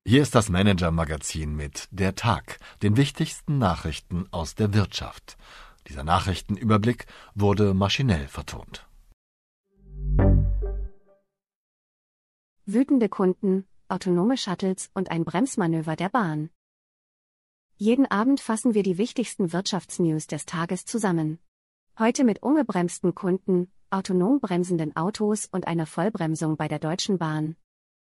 Hier ist das Manager-Magazin mit Der Tag, den wichtigsten Nachrichten aus der Wirtschaft. Dieser Nachrichtenüberblick wurde maschinell vertont. Wütende Kunden, autonome Shuttles und ein Bremsmanöver der Bahn. Jeden Abend fassen wir die wichtigsten Wirtschaftsnews des Tages zusammen. Heute mit ungebremsten Kunden, autonom bremsenden Autos und einer Vollbremsung bei der Deutschen Bahn.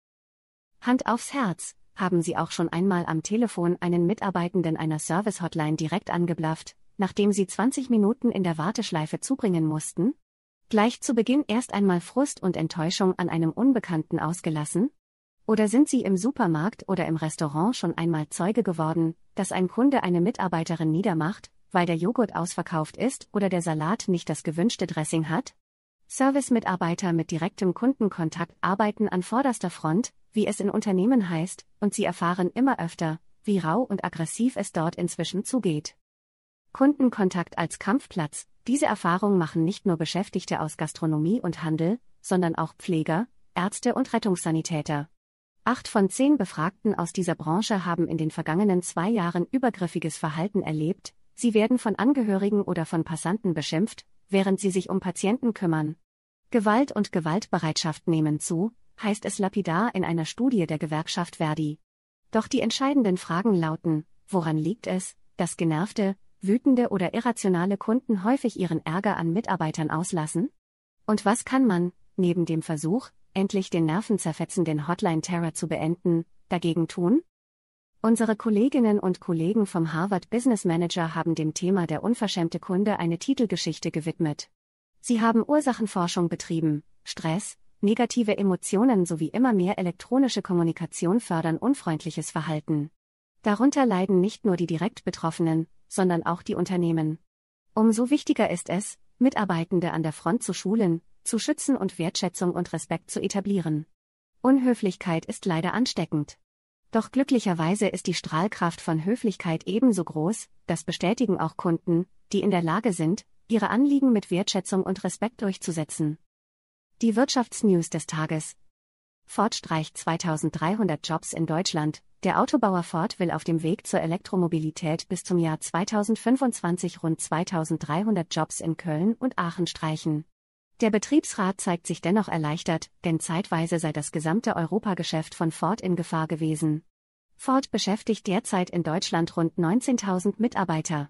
Hand aufs Herz, haben Sie auch schon einmal am Telefon einen Mitarbeitenden einer Service-Hotline direkt angeblafft, nachdem Sie 20 Minuten in der Warteschleife zubringen mussten? Gleich zu Beginn erst einmal Frust und Enttäuschung an einem Unbekannten ausgelassen? Oder sind Sie im Supermarkt oder im Restaurant schon einmal Zeuge geworden, dass ein Kunde eine Mitarbeiterin niedermacht, weil der Joghurt ausverkauft ist oder der Salat nicht das gewünschte Dressing hat? Service-Mitarbeiter mit direktem Kundenkontakt arbeiten an vorderster Front, wie es in Unternehmen heißt, und sie erfahren immer öfter, wie rau und aggressiv es dort inzwischen zugeht. Kundenkontakt als Kampfplatz, diese Erfahrung machen nicht nur Beschäftigte aus Gastronomie und Handel, sondern auch Pfleger, Ärzte und Rettungssanitäter. 8 von 10 Befragten aus dieser Branche haben in den vergangenen 2 Jahren übergriffiges Verhalten erlebt, sie werden von Angehörigen oder von Passanten beschimpft, während sie sich um Patienten kümmern. Gewalt und Gewaltbereitschaft nehmen zu, heißt es lapidar in einer Studie der Gewerkschaft ver.di. Doch die entscheidenden Fragen lauten: Woran liegt es, dass genervte, wütende oder irrationale Kunden häufig ihren Ärger an Mitarbeitern auslassen? Und was kann man, neben dem Versuch, endlich den nervenzerfetzenden Hotline-Terror zu beenden, dagegen tun? Unsere Kolleginnen und Kollegen vom Harvard Business Manager haben dem Thema der unverschämte Kunde eine Titelgeschichte gewidmet. Sie haben Ursachenforschung betrieben: Stress, negative Emotionen sowie immer mehr elektronische Kommunikation fördern unfreundliches Verhalten. Darunter leiden nicht nur die direkt Betroffenen, sondern auch die Unternehmen. Umso wichtiger ist es, Mitarbeitende an der Front zu schulen, zu schützen und Wertschätzung und Respekt zu etablieren. Unhöflichkeit ist leider ansteckend. Doch glücklicherweise ist die Strahlkraft von Höflichkeit ebenso groß, das bestätigen auch Kunden, die in der Lage sind, ihre Anliegen mit Wertschätzung und Respekt durchzusetzen. Die Wirtschaftsnews des Tages. Ford streicht 2300 Jobs in Deutschland. Der Autobauer Ford will auf dem Weg zur Elektromobilität bis zum Jahr 2025 rund 2300 Jobs in Köln und Aachen streichen. Der Betriebsrat zeigt sich dennoch erleichtert, denn zeitweise sei das gesamte Europageschäft von Ford in Gefahr gewesen. Ford beschäftigt derzeit in Deutschland rund 19.000 Mitarbeiter.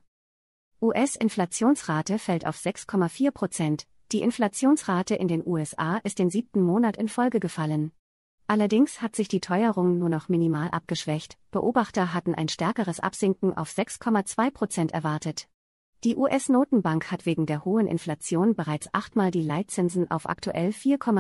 US-Inflationsrate fällt auf 6,4%. Die Inflationsrate in den USA ist den 7. Monat in Folge gefallen. Allerdings hat sich die Teuerung nur noch minimal abgeschwächt. Beobachter hatten ein stärkeres Absinken auf 6,2% erwartet. Die US-Notenbank hat wegen der hohen Inflation bereits 8-mal die Leitzinsen auf aktuell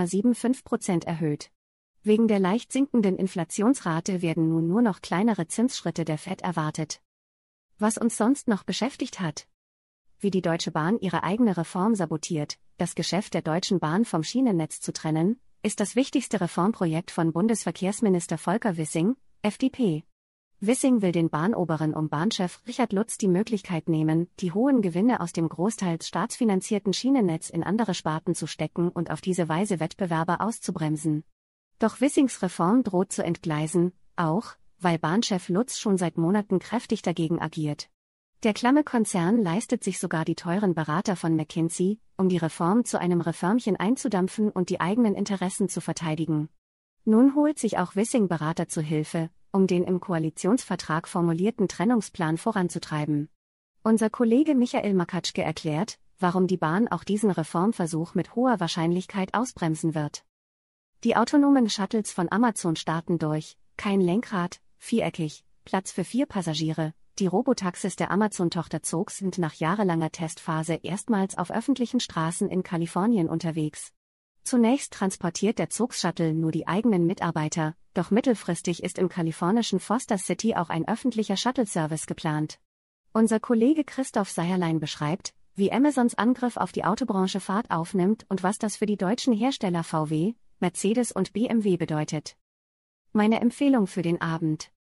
4,75% erhöht. Wegen der leicht sinkenden Inflationsrate werden nun nur noch kleinere Zinsschritte der Fed erwartet. Was uns sonst noch beschäftigt hat: Wie die Deutsche Bahn ihre eigene Reform sabotiert. Das Geschäft der Deutschen Bahn vom Schienennetz zu trennen, ist das wichtigste Reformprojekt von Bundesverkehrsminister Volker Wissing, FDP. Wissing will den Bahnoberen um Bahnchef Richard Lutz die Möglichkeit nehmen, die hohen Gewinne aus dem großteils staatsfinanzierten Schienennetz in andere Sparten zu stecken und auf diese Weise Wettbewerber auszubremsen. Doch Wissings Reform droht zu entgleisen, auch, weil Bahnchef Lutz schon seit Monaten kräftig dagegen agiert. Der Klamme-Konzern leistet sich sogar die teuren Berater von McKinsey, um die Reform zu einem Reformchen einzudampfen und die eigenen Interessen zu verteidigen. Nun holt sich auch Wissing Berater zu Hilfe, um den im Koalitionsvertrag formulierten Trennungsplan voranzutreiben. Unser Kollege Michael Makatschke erklärt, warum die Bahn auch diesen Reformversuch mit hoher Wahrscheinlichkeit ausbremsen wird. Die autonomen Shuttles von Amazon starten durch: kein Lenkrad, viereckig, Platz für 4 Passagiere. Die Robotaxis der Amazon-Tochter Zoox sind nach jahrelanger Testphase erstmals auf öffentlichen Straßen in Kalifornien unterwegs. Zunächst transportiert der Zoox-Shuttle nur die eigenen Mitarbeiter, doch mittelfristig ist im kalifornischen Foster City auch ein öffentlicher Shuttle-Service geplant. Unser Kollege Christoph Seierlein beschreibt, wie Amazons Angriff auf die Autobranche Fahrt aufnimmt und was das für die deutschen Hersteller VW, Mercedes und BMW bedeutet. Meine Empfehlung für den Abend: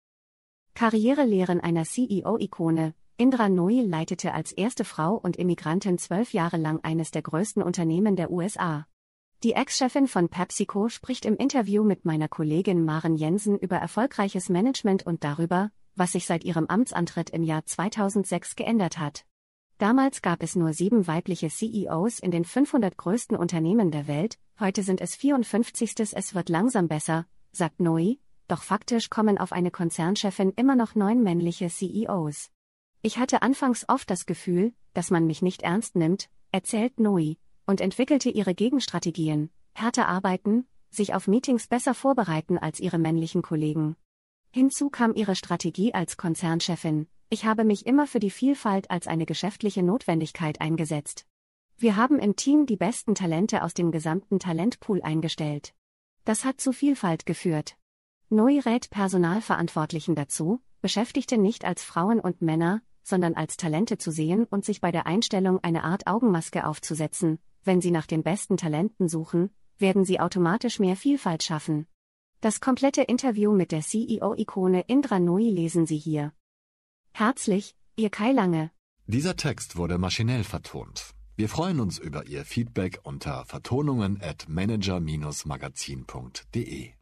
Karrierelehren einer CEO-Ikone. Indra Nooyi leitete als erste Frau und Immigrantin 12 Jahre lang eines der größten Unternehmen der USA. Die Ex-Chefin von PepsiCo spricht im Interview mit meiner Kollegin Maren Jensen über erfolgreiches Management und darüber, was sich seit ihrem Amtsantritt im Jahr 2006 geändert hat. Damals gab es nur 7 weibliche CEOs in den 500 größten Unternehmen der Welt, heute sind es 54. Es wird langsam besser, sagt Noi, doch faktisch kommen auf eine Konzernchefin immer noch 9 männliche CEOs. Ich hatte anfangs oft das Gefühl, dass man mich nicht ernst nimmt, erzählt Noi, und entwickelte ihre Gegenstrategien, härter arbeiten, sich auf Meetings besser vorbereiten als ihre männlichen Kollegen. Hinzu kam ihre Strategie als Konzernchefin: Ich habe mich immer für die Vielfalt als eine geschäftliche Notwendigkeit eingesetzt. Wir haben im Team die besten Talente aus dem gesamten Talentpool eingestellt. Das hat zu Vielfalt geführt. Noi rät Personalverantwortlichen dazu, Beschäftigte nicht als Frauen und Männer, sondern als Talente zu sehen und sich bei der Einstellung eine Art Augenmaske aufzusetzen. Wenn sie nach den besten Talenten suchen, werden sie automatisch mehr Vielfalt schaffen. Das komplette Interview mit der CEO-Ikone Indra Nooyi lesen Sie hier. Herzlich, Ihr Kai Lange. Dieser Text wurde maschinell vertont. Wir freuen uns über Ihr Feedback unter vertonungen@manager-magazin.de.